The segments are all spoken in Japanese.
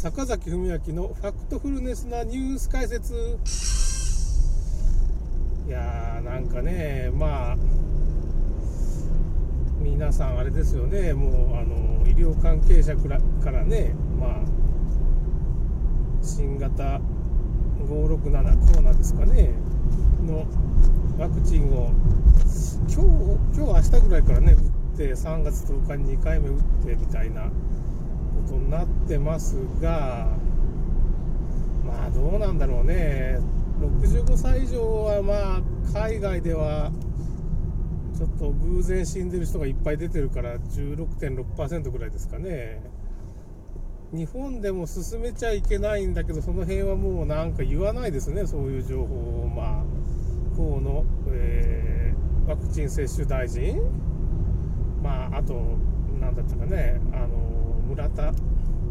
坂崎文明のファクトフルネスなニュース解説。いやーなんかね、まあ皆さんあれですよね、もう医療関係者からね、まあ新型567コロナですかねのワクチンを今日明日ぐらいからね打って3月10日に2回目打ってみたいなことになってますが、まあどうなんだろうね。65歳以上はまあ海外ではちょっと偶然死んでる人がいっぱい出てるから 16.6% ぐらいですかね。日本でも進めちゃいけないんだけど、その辺はもうなんか言わないですね、そういう情報を。まあ河野、ワクチン接種大臣、まああとなんだったかね、村田厚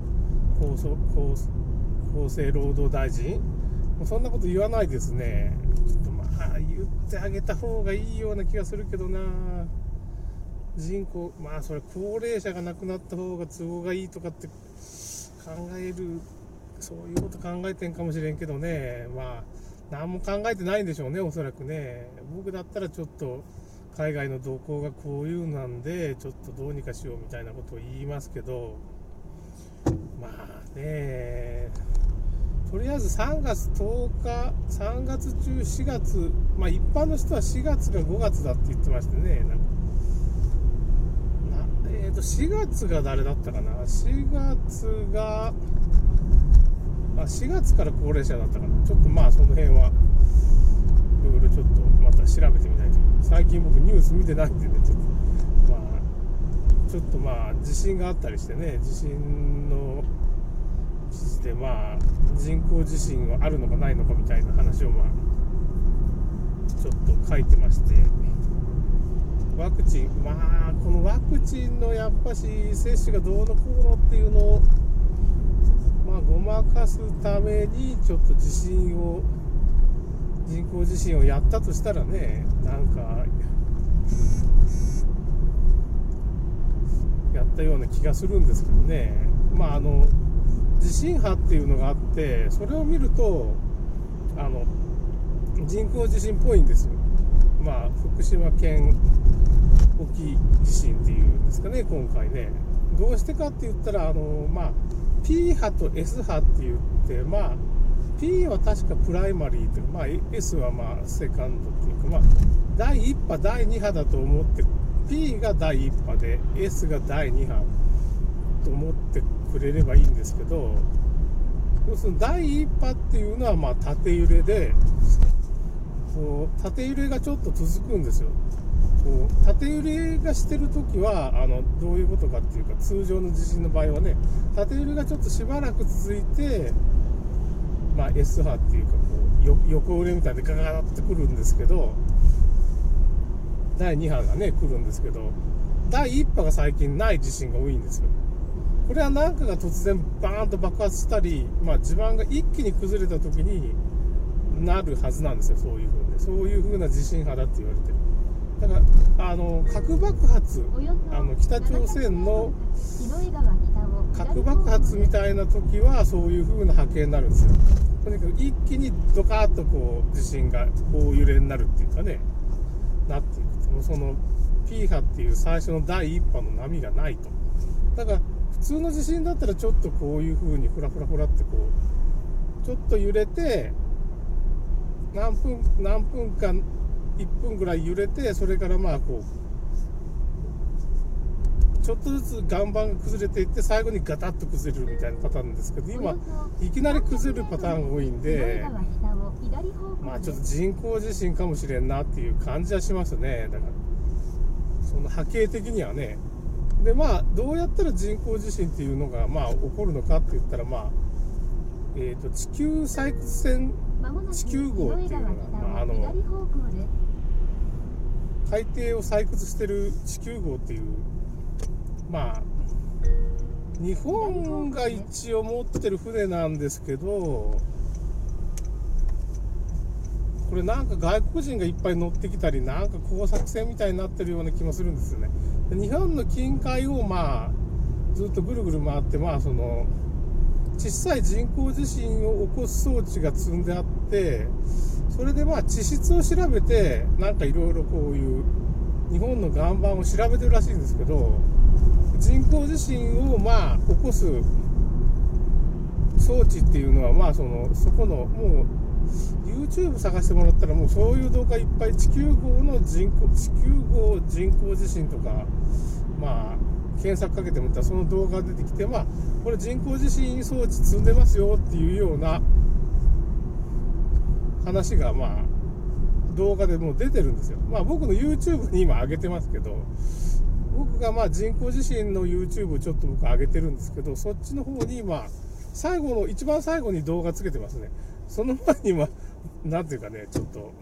生労働大臣、そんなこと言わないですね。ちょっとまあ言ってあげた方がいいような気がするけどな。人口、まあそれ高齢者が亡くなった方が都合がいいとかって考える、そういうこと考えてんかもしれんけどね。まあ何も考えてないんでしょうね、おそらくね。僕だったらちょっと海外の動向がこういうなんでちょっとどうにかしようみたいなことを言いますけど、まあね、とりあえず3月10日、3月中4月、まあ一般の人は4月が5月だって言ってましてね。4月が誰だったかな。4月から高齢者だったかな。ちょっとまあその辺はいろいろちょっとまた調べてみたいと。最近僕ニュース見てないんでね、ちょっとまあ地震があったりしてね、地震の記事でまあ人工地震はあるのかないのかみたいな話をまあちょっと書いてまして、ワクチン、まあこのワクチンのやっぱし接種がどうのこうのっていうのをまあごまかすためにちょっと人工地震をやったとしたらね、なんかやったような気がするんですけどね。まあ地震波っていうのがあって、それを見ると人工地震っぽいんですよ。まあ福島県沖地震っていうんですかね、今回ね。どうしてかって言ったらまあ P 波と S 波って言って、まあ P は確かプライマリーというか、まあ S はまあセカンドっていうか、まあ第1波第2波だと思って、 P が第1波で S が第2波と思ってくれればいいんですけど、要するに第1波っていうのはまあ縦揺れで、こう縦揺れがちょっと続くんですよ。こう縦揺れがしてるときはどういうことかっていうか、通常の地震の場合はね、縦揺れがちょっとしばらく続いて、まあ S 波っていうかこう横揺れみたいでガガガッとくるんですけど、第2波がね来るんですけど、第1波が最近ない地震が多いんですよ。これは何かが突然バーンと爆発したり、まあ、地盤が一気に崩れた時になるはずなんですよ。そういう風な地震波だって言われてる。だから核爆発、北朝鮮の核爆発みたいな時はそういう風な波形になるんですよ。とにかく一気にドカーッとこう地震が大揺れになるっていうかね、なっていく。その P 波っていう最初の第1波の波がないと。だから普通の地震だったらちょっとこういう風にフラフラフラってこうちょっと揺れて、何分間1分ぐらい揺れて、それからまあこうちょっとずつ岩盤が崩れていって最後にガタッと崩れるみたいなパターンなんですけど、今いきなり崩れるパターンが多いんで、まあちょっと人工地震かもしれんなっていう感じはしますね。だからその波形的にはね。でまあどうやったら人工地震っていうのがまあ起こるのかって言ったら、まあ地球採掘船地球号っていうのが、まあ海底を採掘してる地球号っていう、まあ日本が一応持ってる船なんですけど、これなんか外国人がいっぱい乗ってきたり、なんか工作船みたいになってるような気もするんですよね。日本の近海をまあずっとぐるぐる回って、まあその小さい人工地震を起こす装置が積んであって、それで地質を調べてなんかいろいろこういう日本の岩盤を調べてるらしいんですけど、人工地震を起こす装置っていうのはそこのもう YouTube 探してもらったらもうそういう動画いっぱい、地球号人工地震とか検索かけてもらったらその動画が出てきて、これ人工地震装置積んでますよっていうような話が動画でもう出てるんですよ。僕の YouTube に今上げてますけど、僕が人工地震の YouTube をちょっと僕上げてるんですけど、そっちの方に一番最後に動画つけてますね。その前になんていうかね、ちょっと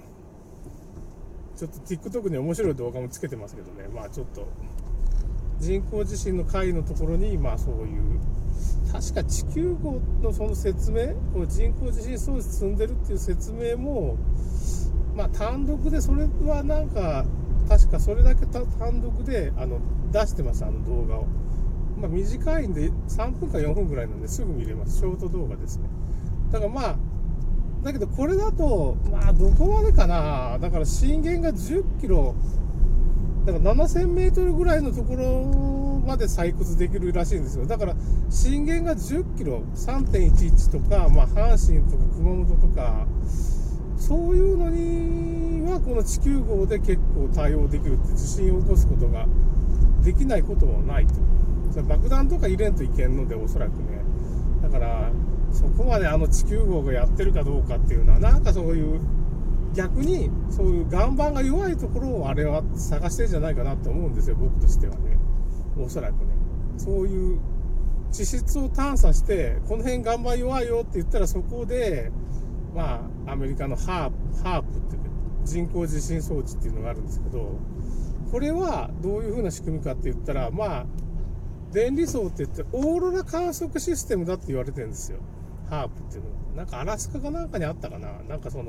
TikTok に面白い動画もつけてますけどね、ちょっと人工地震の回のところにそういう確か地球号のその説明、この人工地震装置積んでるっていう説明も単独で、それはなんか確かそれだけ単独で出してます、動画を。短いんで3分か4分ぐらいなんですぐ見れます。ショート動画ですね。だからだけどこれだとどこまでかな。だから震源が10キロだから7000メートルぐらいのところまで採掘できるらしいんですよ。だから震源が10キロ 3.11 とか、阪神とか熊本とかそういうのにはこの地球号で結構対応できるって、地震を起こすことができないこともないと。爆弾とか入れんといけんので、おそらくね。だからそこまで地球号がやってるかどうかっていうのは、なんかそういう逆にそういう岩盤が弱いところをあれは探してるんじゃないかなと思うんですよ、僕としてはね。おそらくね、そういう地質を探査して、この辺岩盤弱いよって言ったら、そこでアメリカのハープっていう人工地震装置っていうのがあるんですけど、これはどういう風な仕組みかって言ったら、電離層って言ってオーロラ観測システムだって言われてるんですよ、ハープっていうのは。なんかアラスカかなんかにあったかな。なんか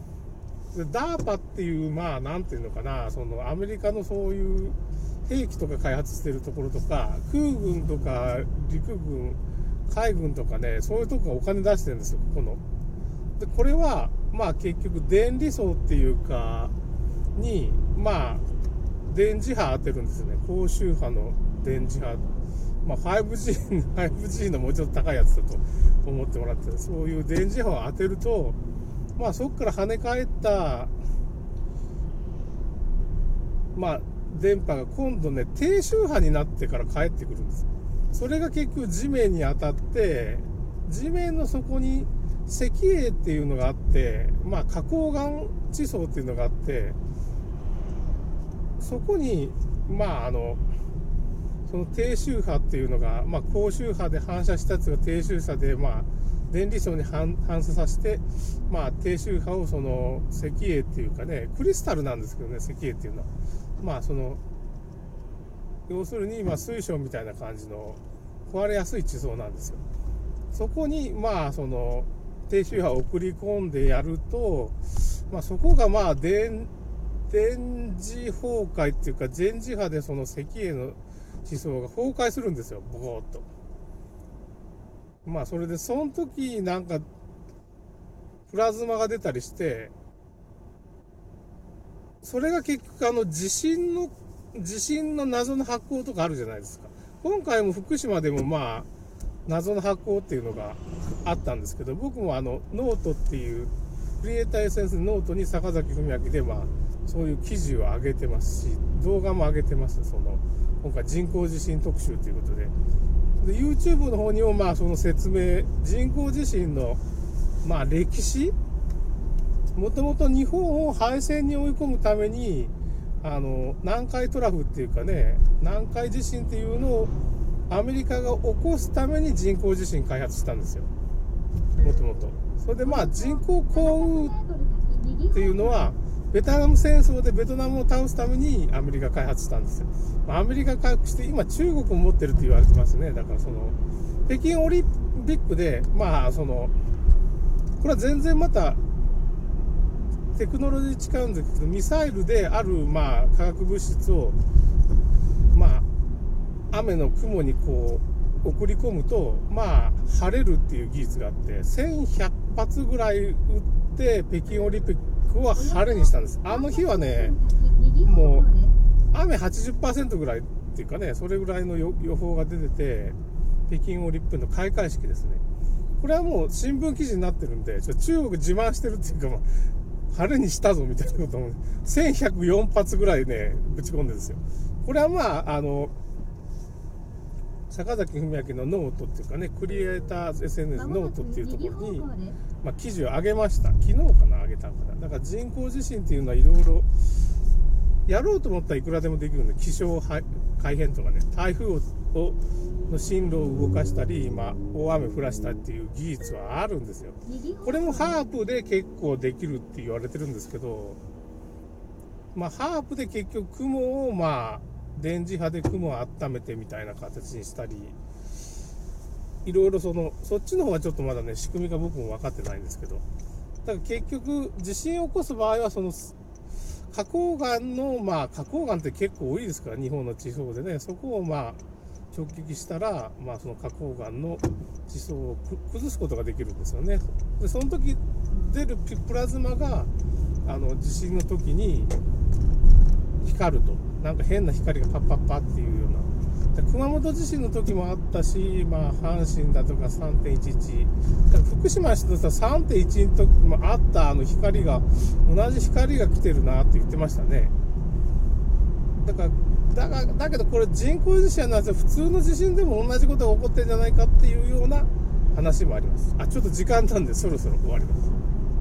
DARPA っていうなんていうのかな、アメリカのそういう兵器とか開発してるところとか、空軍とか陸軍海軍とかね、そういうとこがお金出してるんですよ、この。でこれは結局電離層っていうかに電磁波当てるんですよね。高周波の電磁波、5G のもうちょっと高いやつだと思ってもらって、そういう電磁波を当てると、そこから跳ね返った電波が今度ね、低周波になってから返ってくるんです。それが結局地面に当たって、地面の底に石英っていうのがあって、花崗岩地層っていうのがあって、そこにその低周波っていうのが、高周波で反射したやつが低周波で電離層に反射させて、低周波をその石英っていうかね、クリスタルなんですけどね、石英っていうのは要するに水晶みたいな感じの壊れやすい地層なんですよ。そこにその低周波を送り込んでやると、そこが電磁崩壊っていうか、電磁波でその石英の地層が崩壊するんですよ、ボコッと。それでその時なんかプラズマが出たりして、それが結局地震の謎の発光とかあるじゃないですか。今回も福島でも謎の発光っていうのがあったんですけど、僕もノートっていうクリエイターエッセンスノートに坂崎文明でそういう記事を上げてますし、動画も上げてます。今回人工地震特集ということで、YouTube の方にもその説明、人工地震の歴史、もともと日本を敗戦に追い込むために南海トラフっていうかね、南海地震っていうのをアメリカが起こすために人工地震開発したんですよ、もともと。それで人工降雨っていうのはベトナム戦争でベトナムを倒すためにアメリカ開発したんですよ。アメリカ開発して今中国も持ってるって言われてますね。だから北京オリンピックでこれは全然またテクノロジー違うんですけど、ミサイルである化学物質を雨の雲にこう送り込むとまあ晴れるっていう技術があって、1100発ぐらい撃って北京オリンピックは晴れにしたんです。あの日はね、もう雨 80% ぐらいっていうかね、それぐらいの予報が出てて、北京オリンピックの開会式ですね。これはもう新聞記事になってるんで、中国自慢してるっていうか、まあ、晴れにしたぞみたいなことも1104発ぐらいねぶち込んでるんですよ。これはまあ坂崎文明のノートっていうかね、クリエイターズ SNS ノートっていうところに、まあ、記事を上げました。昨日かな、上げたんかな。だから人工地震っていうのはいろいろやろうと思ったらいくらでもできるんで、気象改変とかね、台風の進路を動かしたり、まあ、大雨降らしたりっていう技術はあるんですよ。これもハープで結構できるって言われてるんですけど、まあ、ハープで結局雲をまあ電磁波で雲を温めてみたいな形にしたり、いろいろそっちの方がちょっとまだね仕組みが僕も分かってないんですけど、だから結局地震を起こす場合は花崗岩のまあ花崗岩って結構多いですから、日本の地層でね、そこをまあ直撃したら、まあ、その花崗岩の地層を崩すことができるんですよね。でその時出るプラズマが地震の時に光ると、なんか変な光がパッパッパっていうような。熊本地震の時もあったし、まあ、阪神だとか 3.11、福島市のさ 3.1 の時もあった光が、同じ光が来てるなって言ってましたね。だけどこれ人工地震なんですよ。普通の地震でも同じことが起こってるんじゃないかっていうような話もあります。ちょっと時間なんでそろそろ終わります。